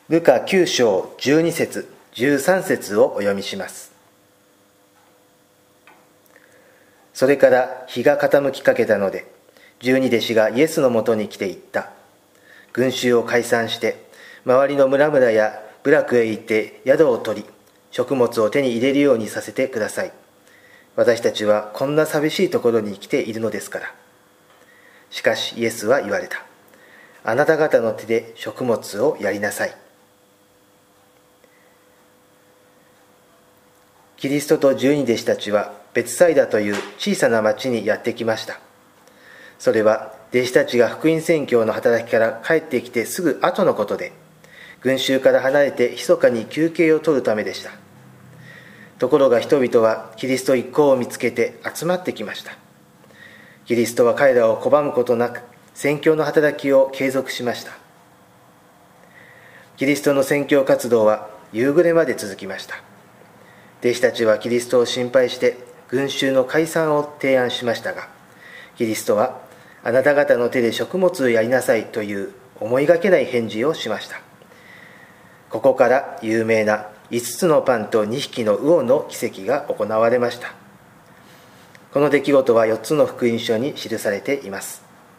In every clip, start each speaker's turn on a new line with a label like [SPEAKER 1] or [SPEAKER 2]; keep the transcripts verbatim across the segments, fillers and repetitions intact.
[SPEAKER 1] ルカきゅう章じゅうに節じゅうさん節をお読みします。それから日が傾きかけたので、十二弟子がイエスのもとに来て言った。群衆を解散して、周りの村々や部落へ行って宿を取り、食物を手に入れるようにさせてください。私たちはこんな寂しいところに来ているのですから。しかしイエスは言われた。あなた方の手で食物をやりなさい。キリストと十二弟子たちはベツサイダという小さな町にやってきました。それは弟子たちが福音宣教の働きから帰ってきてすぐ後のことで、群衆から離れて密かに休憩を取るためでした。ところが人々はキリスト一行を見つけて集まってきました。キリストは彼らを拒むことなく宣教の働きを継続しました。キリストの宣教活動は夕暮れまで続きました。弟子たちはキリストを心配して群衆の解散を提案しましたが、キリストはあなた方の手で食物をやりなさいという思いがけない返事をしました。ここから有名な五つのパンと二匹の魚の奇跡が行われました。この出来事は四つの福音書に記されています。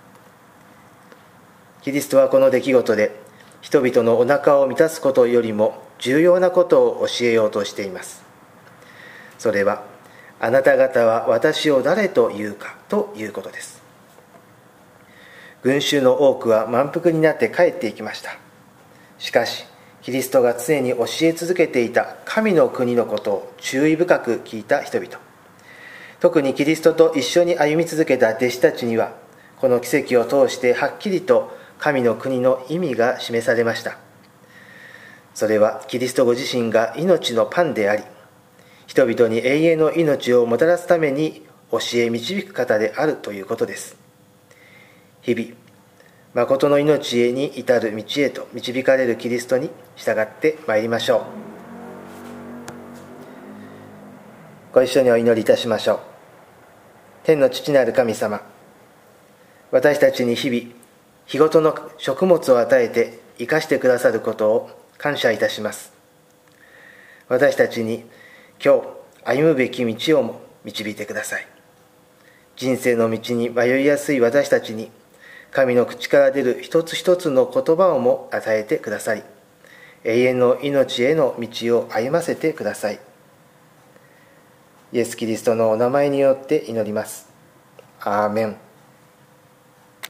[SPEAKER 1] キリストはこの出来事で人々のお腹を満たすことよりも重要なことを教えようとしています。それは、あなた方は私を誰と言うかということです。群衆の多くは満腹になって帰っていきました。しかし、キリストが常に教え続けていた神の国のことを注意深く聞いた人々、特にキリストと一緒に歩み続けた弟子たちには、この奇跡を通してはっきりと神の国の意味が示されました。それはキリストご自身が命のパンであり、人々に永遠の命をもたらすために教え導く方であるということです。日々、誠の命へに至る道へと導かれるキリストに従ってまいりましょう。ご一緒にお祈りいたしましょう。天の父なる神様、私たちに日々、日ごとの食物を与えて生かしてくださることを感謝いたします。私たちに今日歩むべき道をも導いてください。人生の道に迷いやすい私たちに、神の口から出る一つ一つの言葉をも与えてくださり、永遠の命への道を歩ませてください。イエス・キリストのお名前によって祈ります。アーメン。